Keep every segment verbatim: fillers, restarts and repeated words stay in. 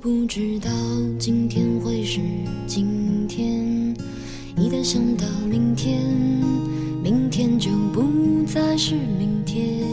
不知道今天会是今天，一旦想到明天，明天就不再是明天，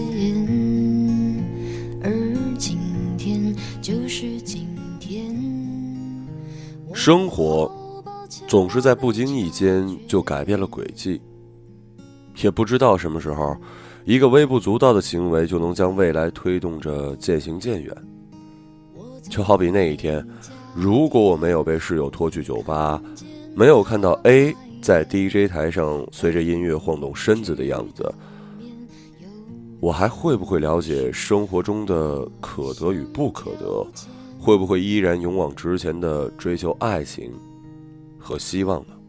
而今天就是今天。 生活总是在不经意间就改变了轨迹，也不知道什么时候，一个微不足道的行为就能将未来推动着渐行渐远。就好比那一天，如果我没有被室友拖去酒吧，没有看到 A 在 D J 台上随着音乐晃动身子的样子，我还会不会了解生活中的可得与不可得？会不会依然勇往直前地追求爱情和希望呢？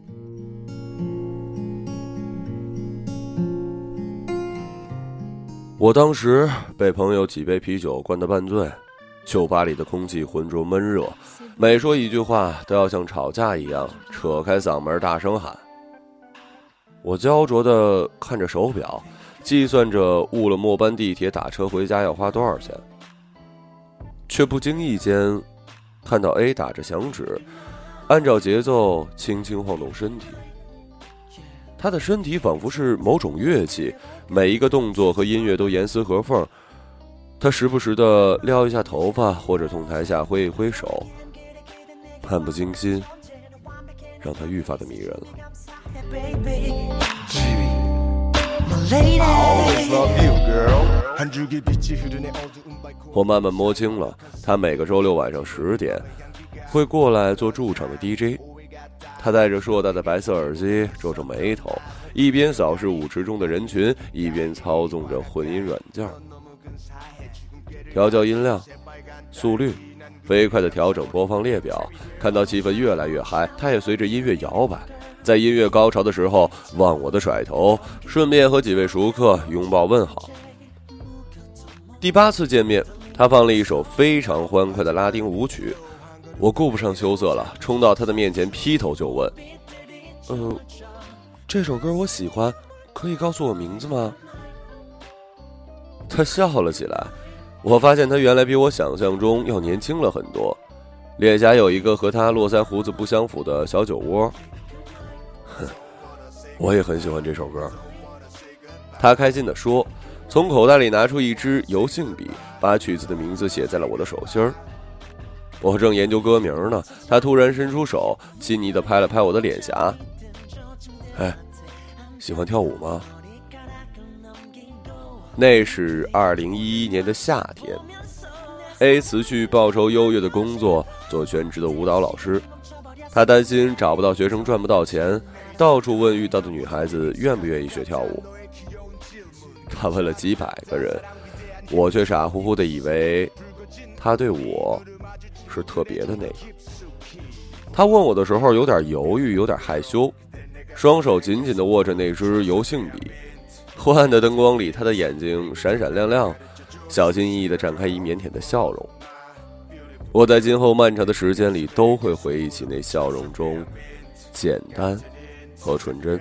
我当时被朋友几杯啤酒灌得半醉，酒吧里的空气浑浊闷热，每说一句话都要像吵架一样扯开嗓门大声喊。我焦灼地看着手表，计算着误了末班地铁打车回家要花多少钱，却不经意间看到 A 打着响指，按照节奏轻轻晃动身体。他的身体仿佛是某种乐器，每一个动作和音乐都严丝合缝。他时不时地撩一下头发，或者从台下挥一挥手，漫不经心，让他愈发的迷人了。我慢慢摸清了，他每个周六晚上十点会过来做驻场的 D J。他戴着硕大的白色耳机，皱着眉头，一边扫视舞池中的人群，一边操纵着混音软件，调校音量、速率，飞快地调整播放列表。看到气氛越来越嗨，他也随着音乐摇摆，在音乐高潮的时候忘我的甩头，顺便和几位熟客拥抱问好。第八次见面，他放了一首非常欢快的拉丁舞曲，我顾不上羞涩了，冲到他的面前劈头就问：呃，这首歌我喜欢，可以告诉我名字吗？他笑了起来，我发现他原来比我想象中要年轻了很多，脸颊有一个和他络腮胡子不相符的小酒窝。哼，我也很喜欢这首歌。他开心地说，从口袋里拿出一支油性笔，把曲子的名字写在了我的手心儿。我正研究歌名呢，他突然伸出手，亲昵地拍了拍我的脸颊。哎，喜欢跳舞吗？那是二零一一年的夏天 ，A 辞去报酬优越的工作，做全职的舞蹈老师。他担心找不到学生赚不到钱，到处问遇到的女孩子愿不愿意学跳舞。他问了几百个人，我却傻乎乎地以为他对我是特别的那个。他问我的时候有点犹豫，有点害羞，双手紧紧地握着那支油性笔。昏暗的灯光里，他的眼睛闪闪亮亮，小心翼翼地展开一腼腆的笑容。我在今后漫长的时间里都会回忆起那笑容中简单和纯真。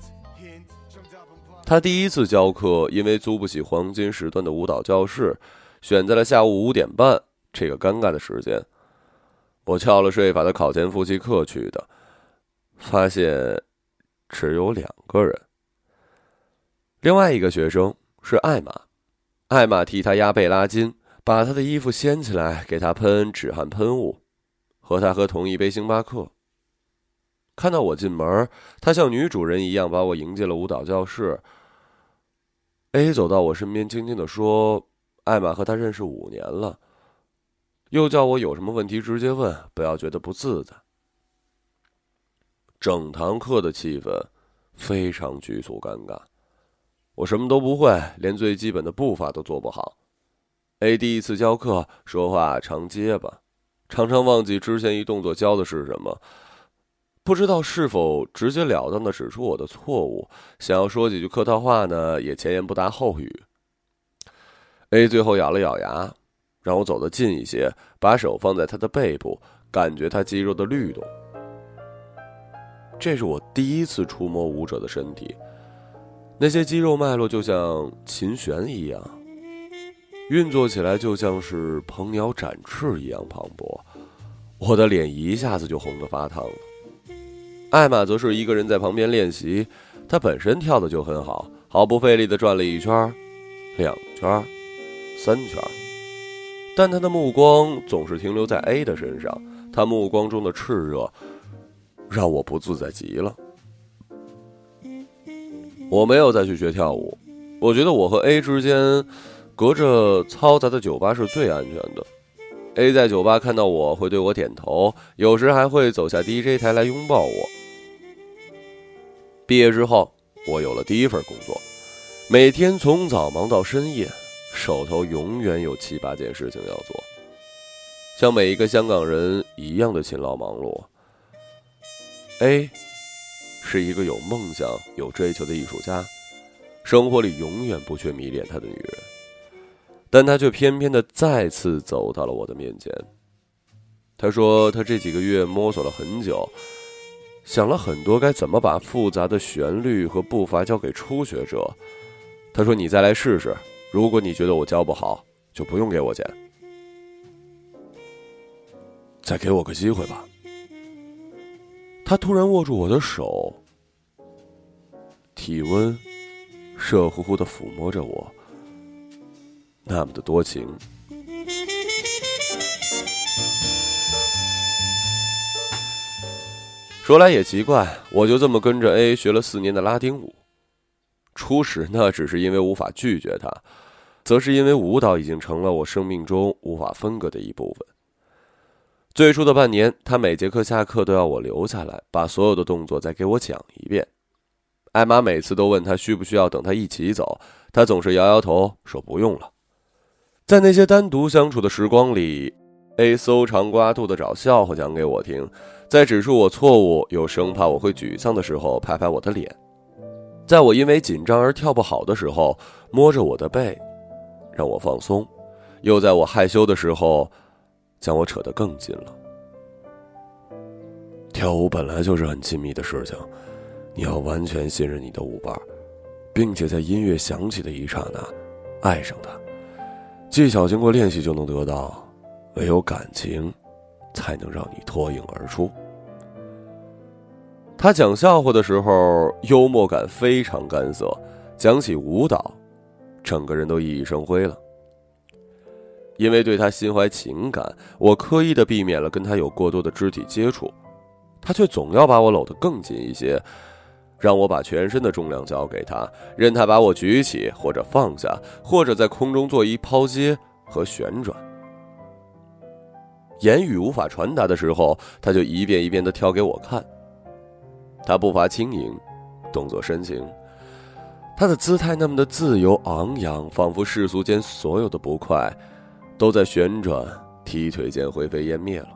他第一次教课，因为租不起黄金时段的舞蹈教室，选在了下午五点半这个尴尬的时间。我翘了税法的考前复习课去的，发现只有两个人。另外一个学生是艾玛，艾玛替他压背拉筋，把他的衣服掀起来，给他喷止汗喷雾，和他喝同一杯星巴克。看到我进门，他像女主人一样把我迎进了舞蹈教室。A 走到我身边，轻轻地说：“艾玛和他认识五年了。”又叫我有什么问题直接问，不要觉得不自在。整堂课的气氛非常局促尴尬，我什么都不会，连最基本的步伐都做不好。A 第一次教课，说话常结巴，常常忘记之前一动作教的是什么，不知道是否直截了当地指出我的错误，想要说几句客套话呢，也前言不搭后语。A 最后咬了咬牙，让我走得近一些，把手放在他的背部，感觉他肌肉的律动。这是我第一次触摸舞者的身体，那些肌肉脉络就像琴弦一样，运作起来就像是鹏鸟展翅一样磅礴， 我的脸一下子就红得发烫了。艾玛则是一个人在旁边练习，她本身跳得就很好，毫不费力地转了一圈、两圈、三圈，但她的目光总是停留在 A 的身上，她目光中的炽热让我不自在极了。我没有再去学跳舞，我觉得我和 A 之间隔着嘈杂的酒吧是最安全的。A 在酒吧看到我会对我点头，有时还会走下 D J 台来拥抱我。毕业之后，我有了第一份工作，每天从早忙到深夜，手头永远有七八件事情要做，像每一个香港人一样的勤劳忙碌。A 是一个有梦想、有追求的艺术家，生活里永远不缺迷恋他的女人，但他却偏偏的再次走到了我的面前。他说他这几个月摸索了很久，想了很多该怎么把复杂的旋律和步伐交给初学者。他说你再来试试，如果你觉得我教不好，就不用给我钱，再给我个机会吧。他突然握住我的手，体温热乎乎地抚摸着我，那么的多情。说来也奇怪，我就这么跟着 A 学了四年的拉丁舞。初始呢，只是因为无法拒绝他，则是因为舞蹈已经成了我生命中无法分割的一部分。最初的半年，他每节课下课都要我留下来，把所有的动作再给我讲一遍。艾玛每次都问他需不需要等他一起走，他总是摇摇头说不用了。在那些单独相处的时光里， A 搜肠刮肚地找笑话讲给我听，在指出我错误又生怕我会沮丧的时候拍拍我的脸，在我因为紧张而跳不好的时候摸着我的背让我放松，又在我害羞的时候将我扯得更近了。跳舞本来就是很亲密的事情，你要完全信任你的舞伴，并且在音乐响起的一刹那爱上它。技巧经过练习就能得到，唯有感情才能让你脱颖而出。他讲笑话的时候幽默感非常干涩，讲起舞蹈整个人都熠熠生辉了。因为对他心怀情感，我刻意的避免了跟他有过多的肢体接触，他却总要把我搂得更紧一些，让我把全身的重量交给他，任他把我举起或者放下，或者在空中做一抛接和旋转。言语无法传达的时候，他就一遍一遍地跳给我看。他步伐轻盈，动作深情，他的姿态那么的自由昂扬，仿佛世俗间所有的不快都在旋转踢腿间灰飞烟灭了。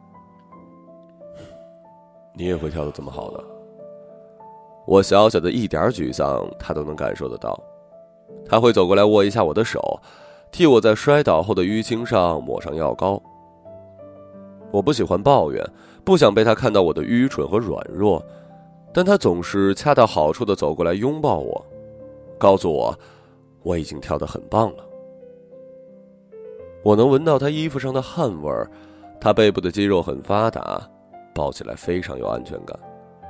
你也会跳得这么好的？我小小的一点沮丧他都能感受得到。他会走过来握一下我的手，替我在摔倒后的淤青上抹上药膏。我不喜欢抱怨，不想被他看到我的愚蠢和软弱，但他总是恰到好处地走过来拥抱我，告诉我我已经跳得很棒了。我能闻到他衣服上的汗味儿，他背部的肌肉很发达，抱起来非常有安全感。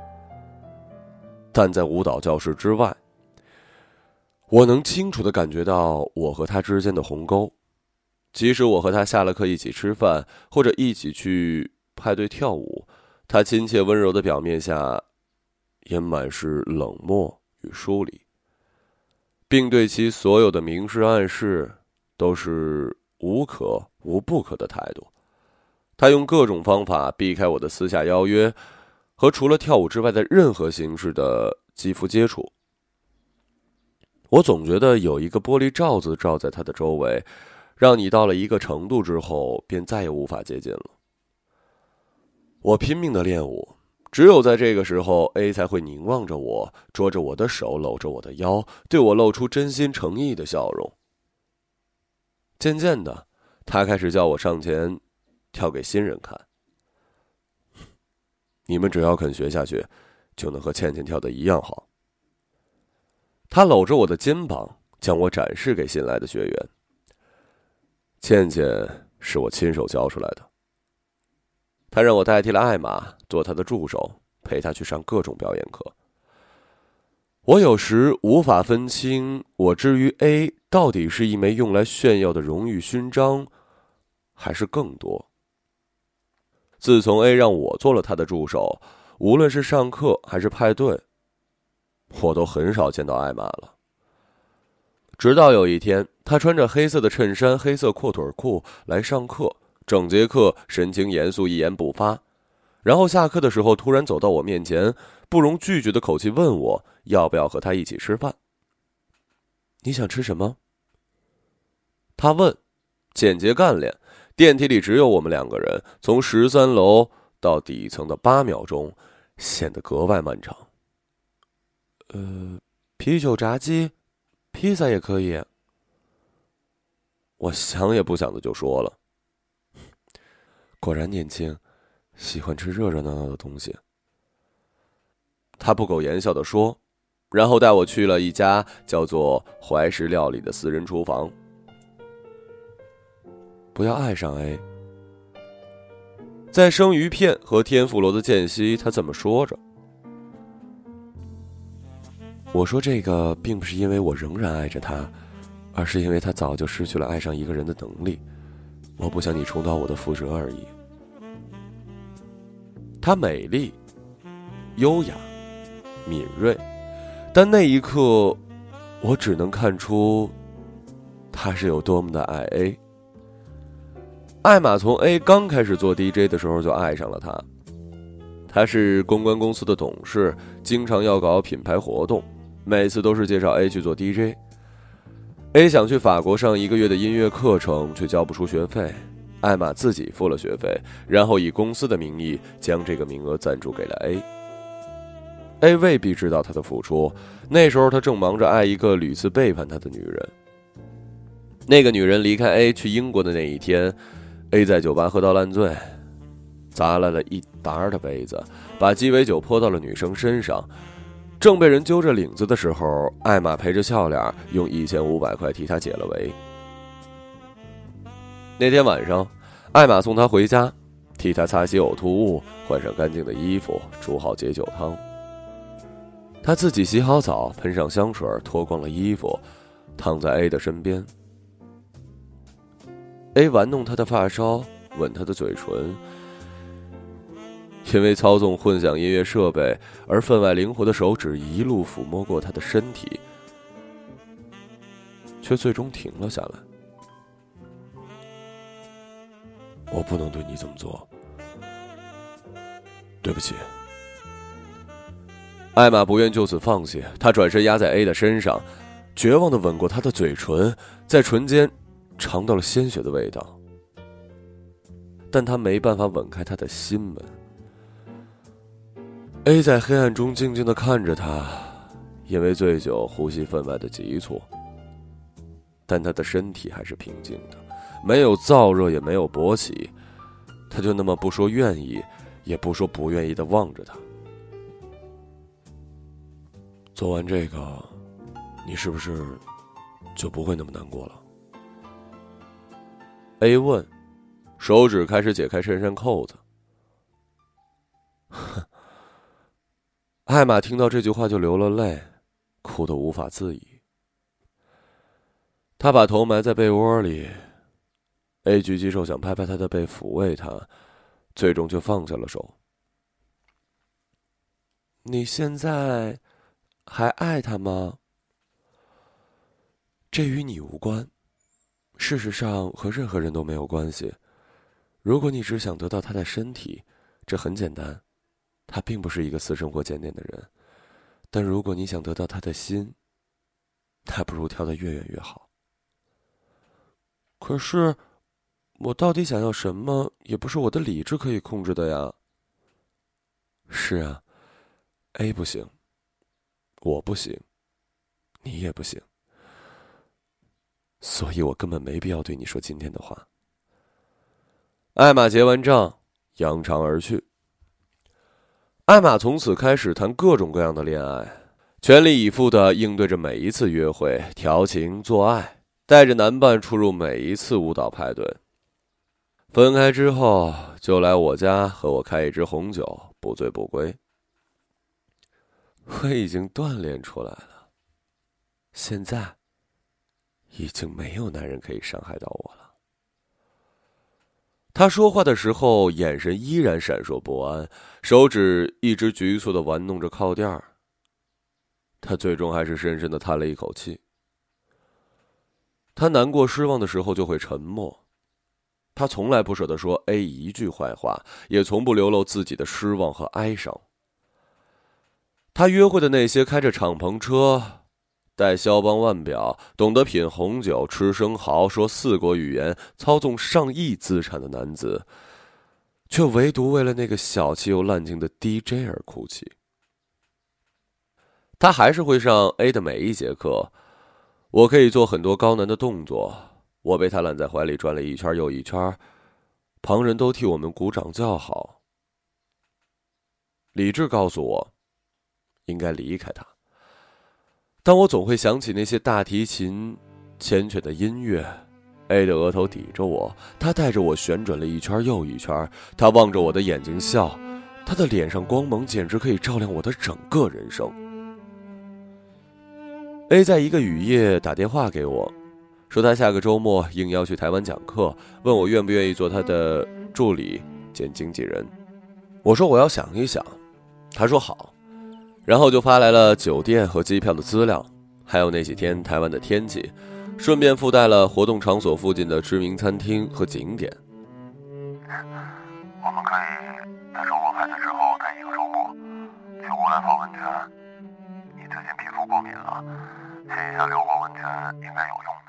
但在舞蹈教室之外，我能清楚地感觉到我和他之间的鸿沟。即使我和他下了课一起吃饭，或者一起去派对跳舞，他亲切温柔的表面下也满是冷漠与疏离，并对其所有的明示暗示都是无可无不可的态度。他用各种方法避开我的私下邀约和除了跳舞之外的任何形式的肌肤接触。我总觉得有一个玻璃罩子罩在他的周围，让你到了一个程度之后便再也无法接近了。我拼命的练舞，只有在这个时候 A 才会凝望着我，捉着我的手，搂着我的腰，对我露出真心诚意的笑容。渐渐的，他开始叫我上前跳给新人看。你们只要肯学下去，就能和倩倩跳得一样好。他搂着我的肩膀，将我展示给新来的学员。倩倩是我亲手教出来的。 他让我代替了艾玛做他的助手，陪他去上各种表演课。我有时无法分清，我之于 A 到底是一枚用来炫耀的荣誉勋章，还是更多。自从 A 让我做了他的助手，无论是上课还是派对，我都很少见到艾玛了。直到有一天，他穿着黑色的衬衫、黑色阔腿裤来上课，整节课神情严肃，一言不发。然后下课的时候，突然走到我面前，不容拒绝的口气问我要不要和他一起吃饭。你想吃什么？他问，简洁干练。电梯里只有我们两个人，从十三楼到底层的八秒钟显得格外漫长。呃，啤酒、炸鸡、披萨也可以。我想也不想的就说了。果然年轻，喜欢吃热热闹闹的东西。他不苟言笑地说，然后带我去了一家叫做怀石料理的私人厨房。不要爱上 A。 在生鱼片和天妇罗的间隙，他这么说着。我说这个并不是因为我仍然爱着他，而是因为他早就失去了爱上一个人的能力，我不想你重蹈我的覆辙而已。她美丽、优雅、敏锐，但那一刻我只能看出她是有多么的爱 A。 艾玛从 A 刚开始做 D J 的时候就爱上了他。他是公关公司的董事，经常要搞品牌活动，每次都是介绍 A 去做 D J。 A 想去法国上一个月的音乐课程，却交不出学费，艾玛自己付了学费，然后以公司的名义将这个名额赞助给了 A。 A 未必知道他的付出，那时候他正忙着爱一个屡次背叛他的女人。那个女人离开 A 去英国的那一天， A 在酒吧喝到烂醉，砸烂了一沓的杯子，把鸡尾酒泼到了女生身上。正被人揪着领子的时候，艾玛陪着笑脸用一千五百块替他解了围。那天晚上，艾玛送他回家，替他擦洗呕吐物，换上干净的衣服，煮好解酒汤。他自己洗好澡，喷上香水，脱光了衣服，躺在 A 的身边。A 玩弄他的发梢，吻他的嘴唇。因为操纵混响音乐设备而分外灵活的手指一路抚摸过他的身体，却最终停了下来。我不能对你这么做，对不起。艾玛不愿就此放弃，她转身压在 A 的身上，绝望地吻过他的嘴唇，在唇间尝到了鲜血的味道，但他没办法吻开他的心门。A 在黑暗中静静地看着他，因为醉酒呼吸分外的急促，但他的身体还是平静的，没有燥热也没有勃起。他就那么不说愿意也不说不愿意地望着他。做完这个，你是不是就不会那么难过了？ A 问，手指开始解开衬衫扣子。艾玛听到这句话就流了泪，哭得无法自已。她把头埋在被窝里， A 举起手想拍拍她的背抚慰她，最终却放下了手。你现在还爱他吗？这与你无关，事实上和任何人都没有关系。如果你只想得到他的身体，这很简单，他并不是一个私生活检点的人。但如果你想得到他的心，还不如跳得越远越好。可是我到底想要什么，也不是我的理智可以控制的呀。是啊， A 不行，我不行，你也不行，所以我根本没必要对你说今天的话。艾玛结完账，扬长而去。艾玛从此开始谈各种各样的恋爱，全力以赴地应对着每一次约会、调情、做爱，带着男伴出入每一次舞蹈派对。 分开之后就来我家和我开一支红酒，不醉不归。我已经锻炼出来了，现在已经没有男人可以伤害到我了。他说话的时候眼神依然闪烁不安，手指一直局促地玩弄着靠垫儿。他最终还是深深地叹了一口气。他难过失望的时候就会沉默，他从来不舍得说 A 一句坏话，也从不流露自己的失望和哀伤。他约会的那些开着敞篷车、戴肖邦腕表、懂得品红酒、吃生蚝、说四国语言、操纵上亿资产的男子，却唯独为了那个小气又滥情的 D J 而哭泣。他还是会上 A 的每一节课，我可以做很多高难的动作，我被他揽在怀里转了一圈又一圈，旁人都替我们鼓掌叫好。理智告诉我应该离开他，但我总会想起那些大提琴缱绻的音乐。 A 的额头抵着我，他带着我旋转了一圈又一圈，他望着我的眼睛笑，他的脸上光芒简直可以照亮我的整个人生。 A 在一个雨夜打电话给我，说他下个周末应邀去台湾讲课，问我愿不愿意做他的助理兼经纪人。我说我要想一想，他说好，然后就发来了酒店和机票的资料，还有那几天台湾的天气，顺便附带了活动场所附近的知名餐厅和景点。 我们可以在周末派对之后待一个周末，去乌来泡温泉。你最近皮肤过敏了，洗一下硫磺温泉应该有用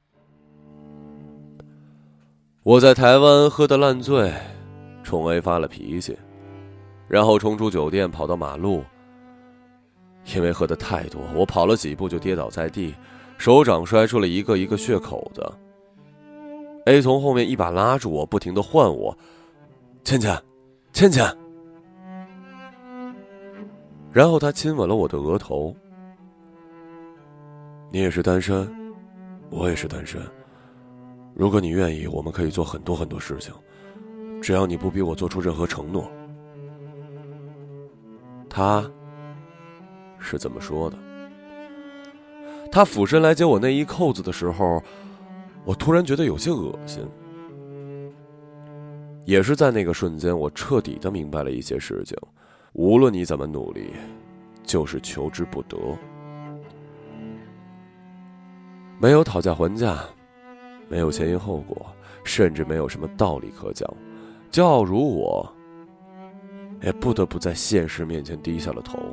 的。 我在台湾喝得烂醉，冲 A 发了脾气，然后冲出酒店跑到马路。因为喝得太多，我跑了几步就跌倒在地，手掌摔出了一个一个血口子。 A 从后面一把拉住我，不停地唤我，倩倩，倩倩。然后他亲吻了我的额头。你也是单身，我也是单身，如果你愿意，我们可以做很多很多事情，只要你不逼我做出任何承诺。他是这么说的。他俯身来解我内衣扣子的时候，我突然觉得有些恶心。也是在那个瞬间，我彻底的明白了一些事情，无论你怎么努力，就是求之不得。没有讨价还价，没有前因后果，甚至没有什么道理可讲，骄傲如我，也不得不在现实面前低下了头。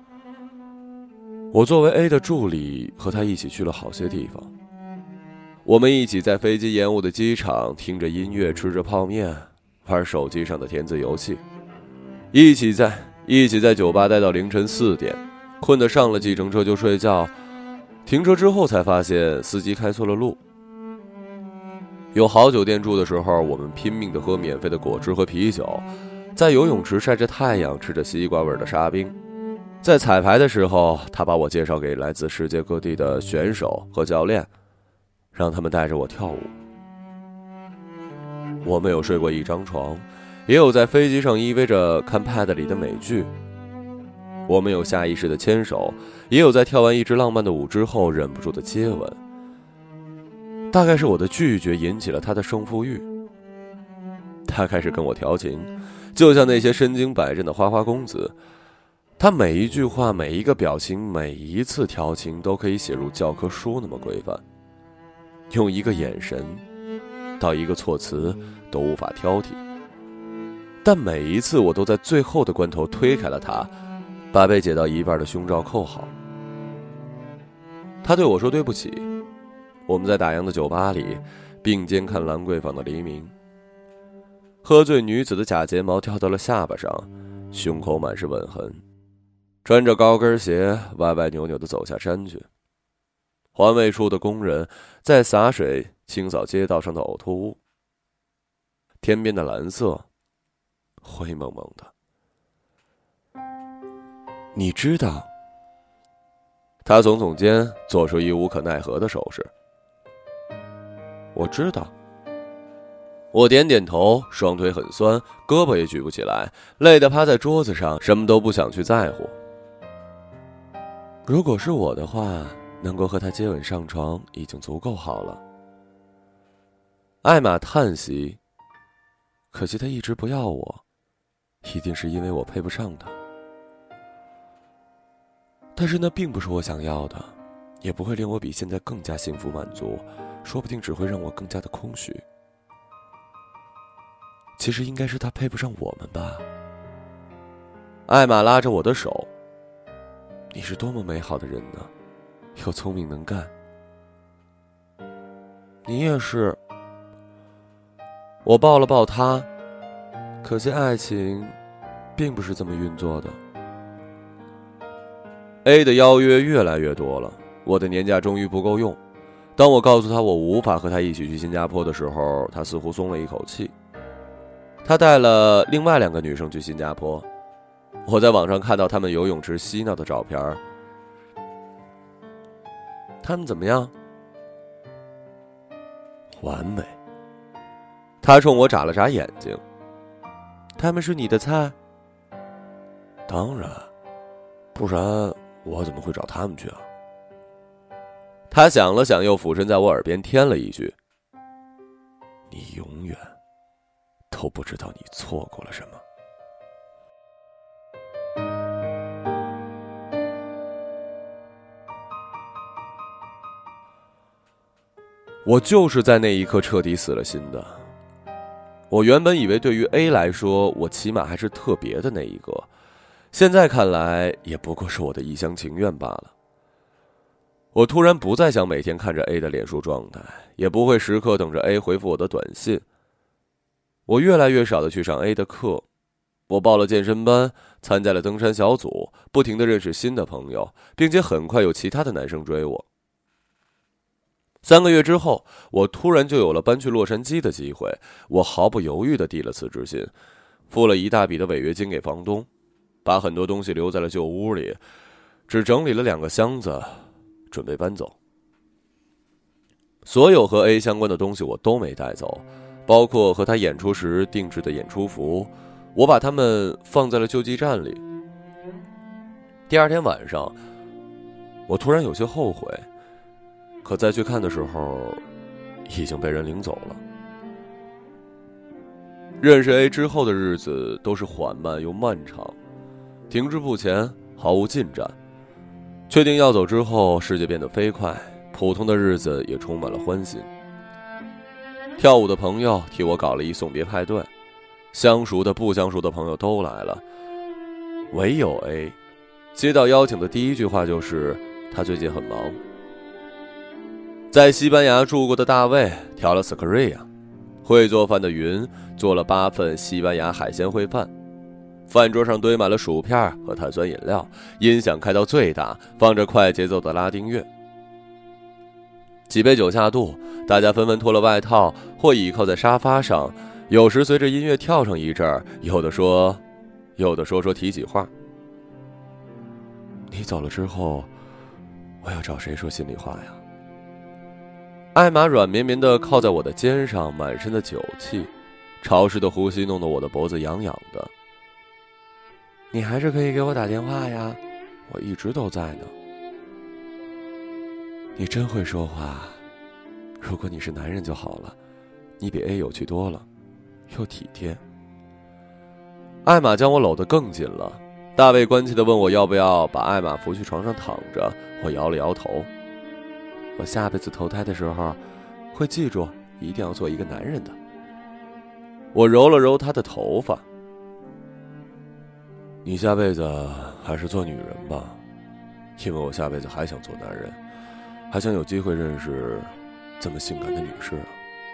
我作为 A 的助理，和他一起去了好些地方。我们一起在飞机延误的机场听着音乐，吃着泡面，玩手机上的填字游戏，一起在一起在酒吧待到凌晨四点，困得上了计程车就睡觉，停车之后才发现司机开错了路。有好酒店住的时候，我们拼命地喝免费的果汁和啤酒，在游泳池晒着太阳，吃着西瓜味的沙冰。在彩排的时候，他把我介绍给来自世界各地的选手和教练，让他们带着我跳舞。我们有睡过一张床，也有在飞机上依偎着看 pad 里的美剧。我们有下意识的牵手，也有在跳完一支浪漫的舞之后忍不住的接吻。大概是我的拒绝引起了他的胜负欲，他开始跟我调情，就像那些身经百战的花花公子。他每一句话，每一个表情，每一次调情都可以写入教科书那么规范，用一个眼神到一个措辞都无法挑剔。但每一次我都在最后的关头推开了他，把被解到一半的胸罩扣好。他对我说对不起。我们在打烊的酒吧里并肩看兰桂坊的黎明。喝醉女子的假睫毛跳到了下巴上，胸口满是吻痕。穿着高跟鞋歪歪扭扭地走下山去。环卫处的工人在洒水清扫街道上的呕吐物。天边的蓝色灰蒙蒙的。你知道？他耸耸肩，做出一无可奈何的手势。我知道。 我点点头，双腿很酸，胳膊也举不起来，累得趴在桌子上，什么都不想去在乎。如果是我的话，能够和他接吻上床已经足够好了。艾玛叹息，可惜他一直不要我，一定是因为我配不上他。但是那并不是我想要的，也不会令我比现在更加幸福满足，说不定只会让我更加的空虚。其实应该是他配不上我们吧。艾玛拉着我的手，你是多么美好的人呢，又聪明能干。你也是。我抱了抱他，可惜爱情并不是这么运作的。A 的邀约越来越多了，我的年假终于不够用。当我告诉他我无法和他一起去新加坡的时候，他似乎松了一口气。他带了另外两个女生去新加坡，我在网上看到他们游泳池嬉闹的照片。他们怎么样？完美。他冲我眨了眨眼睛。他们是你的菜？当然，不然我怎么会找他们去啊？他想了想，又俯身在我耳边添了一句：你永远都不知道你错过了什么。我就是在那一刻彻底死了心的。我原本以为对于 A 来说，我起码还是特别的那一个，现在看来也不过是我的一厢情愿罢了。我突然不再想每天看着 A 的脸书状态，也不会时刻等着 A 回复我的短信。我越来越少的去上 A 的课，我报了健身班，参加了登山小组，不停地认识新的朋友，并且很快有其他的男生追我。三个月之后，我突然就有了搬去洛杉矶的机会，我毫不犹豫地递了辞职信，付了一大笔的违约金给房东，把很多东西留在了旧屋里，只整理了两个箱子，准备搬走。所有和 A 相关的东西我都没带走，包括和他演出时定制的演出服，我把它们放在了救济站里。第二天晚上，我突然有些后悔，可再去看的时候，已经被人领走了。认识 A 之后的日子都是缓慢又漫长，停滞不前，毫无进展。确定要走之后，世界变得飞快，普通的日子也充满了欢欣。跳舞的朋友替我搞了一送别派对，相熟的不相熟的朋友都来了，唯有 A 接到邀请的第一句话就是他最近很忙。在西班牙住过的大卫调了斯科瑞亚，会做饭的云做了八份西班牙海鲜烩饭，饭桌上堆满了薯片和碳酸饮料，音响开到最大，放着快节奏的拉丁乐。几杯酒下肚，大家纷纷脱了外套或倚靠在沙发上，有时随着音乐跳上一阵，有的说有的说说提起话。你走了之后，我要找谁说心里话呀？艾玛软绵绵地靠在我的肩上，满身的酒气，潮湿的呼吸弄得我的脖子痒痒的。你还是可以给我打电话呀，我一直都在呢。你真会说话，如果你是男人就好了，你比 A 有趣多了，又体贴。艾玛将我搂得更紧了，大卫关切地问我要不要把艾玛扶去床上躺着，我摇了摇头。我下辈子投胎的时候，会记住一定要做一个男人的。我揉了揉他的头发。你下辈子还是做女人吧，因为我下辈子还想做男人，还想有机会认识这么性感的女士啊。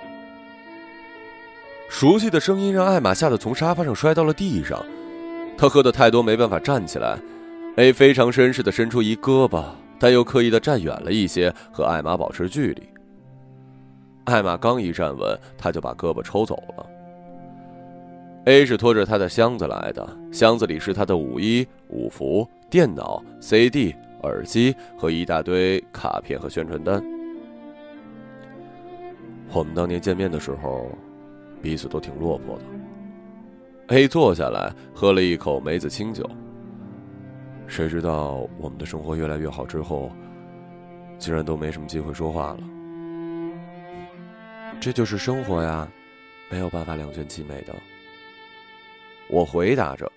熟悉的声音让艾玛吓得从沙发上摔到了地上，她喝得太多没办法站起来。A 非常绅士地伸出一胳膊，但又刻意地站远了一些，和艾玛保持距离。艾玛刚一站稳，他就把胳膊抽走了。A 是拖着他的箱子来的，箱子里是他的舞衣、舞服、电脑、C D、耳机和一大堆卡片和宣传单。我们当年见面的时候， 彼此都挺落魄的。A 坐下来喝了一口梅子清酒。谁知道我们的生活越来越好之后，竟然都没什么机会说话了。这就是生活呀，没有办法两全其美的。我回答着。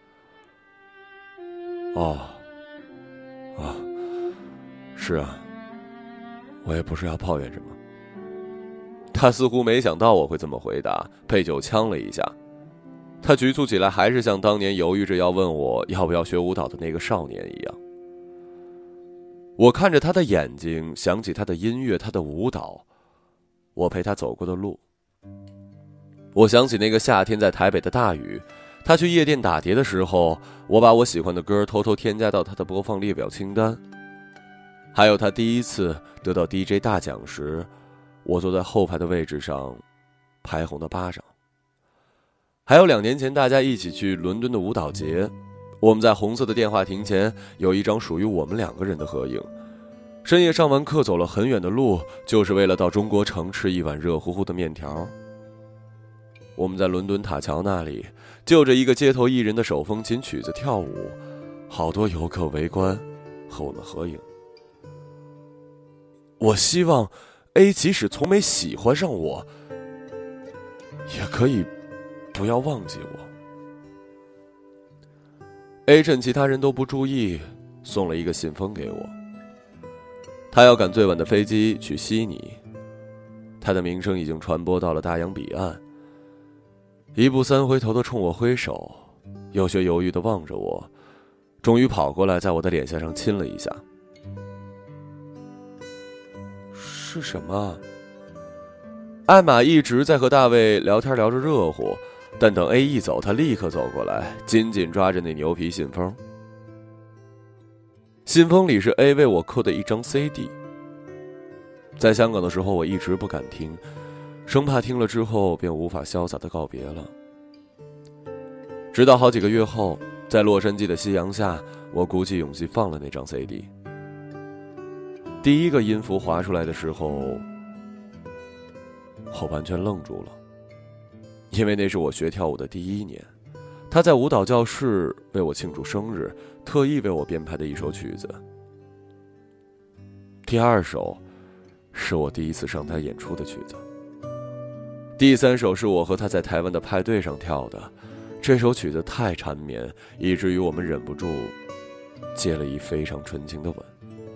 哦，啊，是啊，我也不是要抱怨什么。他似乎没想到我会这么回答，配酒呛了一下。他局促起来，还是像当年犹豫着要问我要不要学舞蹈的那个少年一样。我看着他的眼睛，想起他的音乐，他的舞蹈，我陪他走过的路。我想起那个夏天在台北的大雨，他去夜店打碟的时候，我把我喜欢的歌偷偷添加到他的播放列表清单。还有他第一次得到 D J 大奖时，我坐在后排的位置上，拍红的巴掌。还有两年前大家一起去伦敦的舞蹈节，我们在红色的电话亭前有一张属于我们两个人的合影。深夜上完课走了很远的路，就是为了到中国城吃一碗热乎乎的面条。我们在伦敦塔桥那里就着一个街头艺人的手风琴曲子跳舞，好多游客围观和我们合影。我希望 A 即使从没喜欢上我，也可以不要忘记我。 A 趁其他人都不注意，送了一个信封给我。他要赶最晚的飞机去悉尼，他的名声已经传播到了大洋彼岸。一步三回头的冲我挥手，有些犹豫的望着我，终于跑过来在我的脸颊上亲了一下。是什么？艾玛一直在和大卫聊天聊着热乎，但等 A 一走，他立刻走过来，紧紧抓着那牛皮信封。信封里是 A 为我刻的一张 C D。 在香港的时候，我一直不敢听，生怕听了之后便无法潇洒地告别了。直到好几个月后，在洛杉矶的夕阳下，我鼓起勇气放了那张 C D。 第一个音符滑出来的时候，我完全愣住了，因为那是我学跳舞的第一年，他在舞蹈教室为我庆祝生日，特意为我编排的一首曲子。第二首是我第一次上台演出的曲子。第三首是我和他在台湾的派对上跳的，这首曲子太缠绵，以至于我们忍不住接了一非常纯情的吻。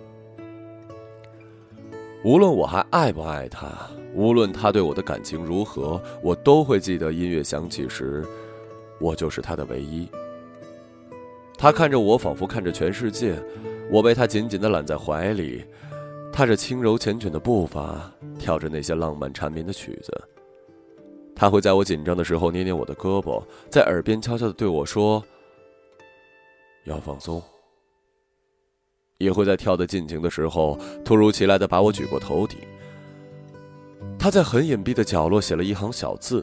无论我还爱不爱他，无论他对我的感情如何，我都会记得音乐响起时，我就是他的唯一。他看着我，仿佛看着全世界，我被他紧紧地揽在怀里，踏着轻柔缱绻的步伐，跳着那些浪漫缠绵的曲子。他会在我紧张的时候捏捏我的胳膊，在耳边悄悄地对我说要放松，也会在跳得尽情的时候突如其来地把我举过头顶。他在很隐蔽的角落写了一行小字：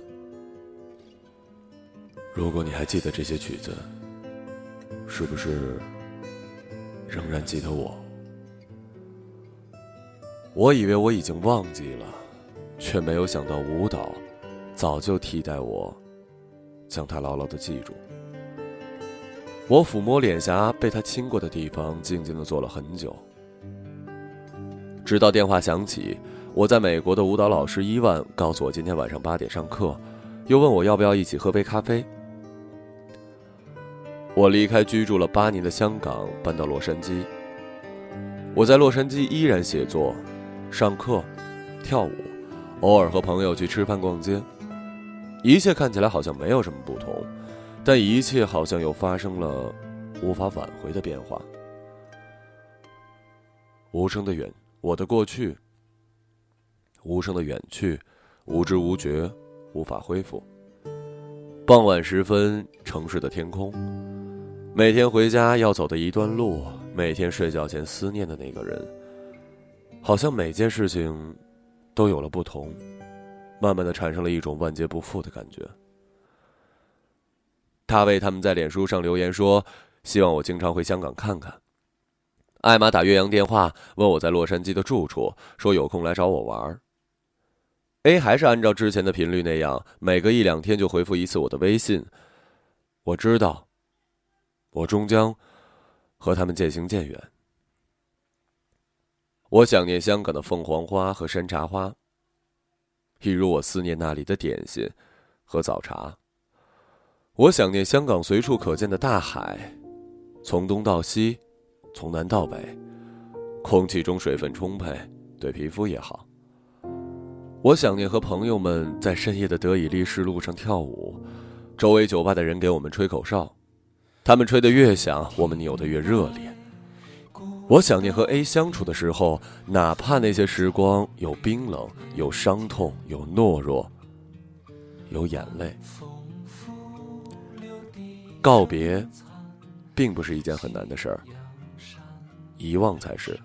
如果你还记得这些曲子，是不是仍然记得我？我以为我已经忘记了，却没有想到舞蹈早就替代我将它牢牢地记住。我抚摸脸颊被他亲过的地方，静静地坐了很久，直到电话响起。我在美国的舞蹈老师伊万告诉我今天晚上八点上课，又问我要不要一起喝杯咖啡。我离开居住了八年的香港，搬到洛杉矶。我在洛杉矶依然写作、上课、跳舞，偶尔和朋友去吃饭逛街，一切看起来好像没有什么不同，但一切好像又发生了无法挽回的变化。无声的远，我的过去，无声的远去，无知无觉，无法恢复。傍晚时分，城市的天空，每天回家要走的一段路，每天睡觉前思念的那个人，好像每件事情都有了不同，慢慢的产生了一种万劫不复的感觉。大卫他们在脸书上留言说，希望我经常回香港看看。艾玛打岳阳电话问我在洛杉矶的住处，说有空来找我玩。 A 还是按照之前的频率那样，每隔一两天就回复一次我的微信。我知道，我终将和他们渐行渐远。我想念香港的凤凰花和山茶花，一如我思念那里的点心和早茶。我想念香港随处可见的大海，从东到西，从南到北，空气中水分充沛，对皮肤也好。我想念和朋友们在深夜的德以利士路上跳舞，周围酒吧的人给我们吹口哨，他们吹得越响，我们扭得越热烈。我想念和 A 相处的时候，哪怕那些时光有冰冷，有伤痛，有懦弱，有眼泪。告别并不是一件很难的事儿，遗忘才是。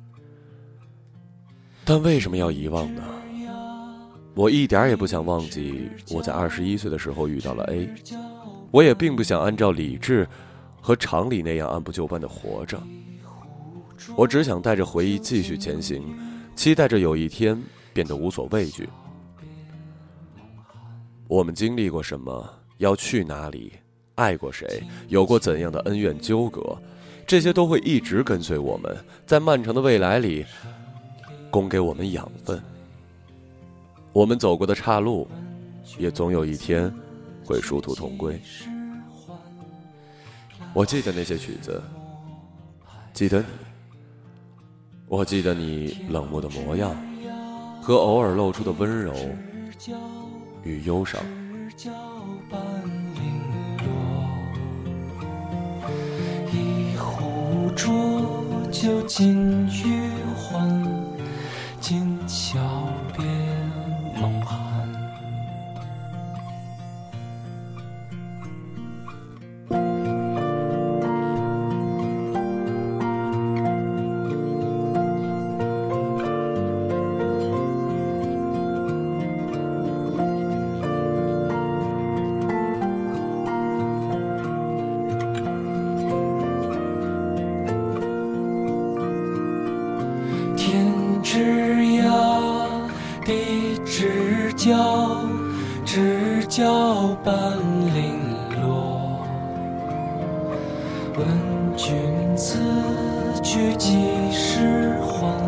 但为什么要遗忘呢？我一点也不想忘记我在二十一岁的时候遇到了 A， 我也并不想按照理智和常理那样按部就班的活着。我只想带着回忆继续前行，期待着有一天变得无所畏惧。我们经历过什么，要去哪里，爱过谁，有过怎样的恩怨纠葛，这些都会一直跟随我们，在漫长的未来里供给我们养分。我们走过的岔路，也总有一天会殊途同归。我记得那些曲子，记得你，我记得你冷漠的模样和偶尔露出的温柔与忧伤。 一壶浊酒尽余欢，今宵别梦寒。枝桠地知交，知交半零落。问君此去几时还？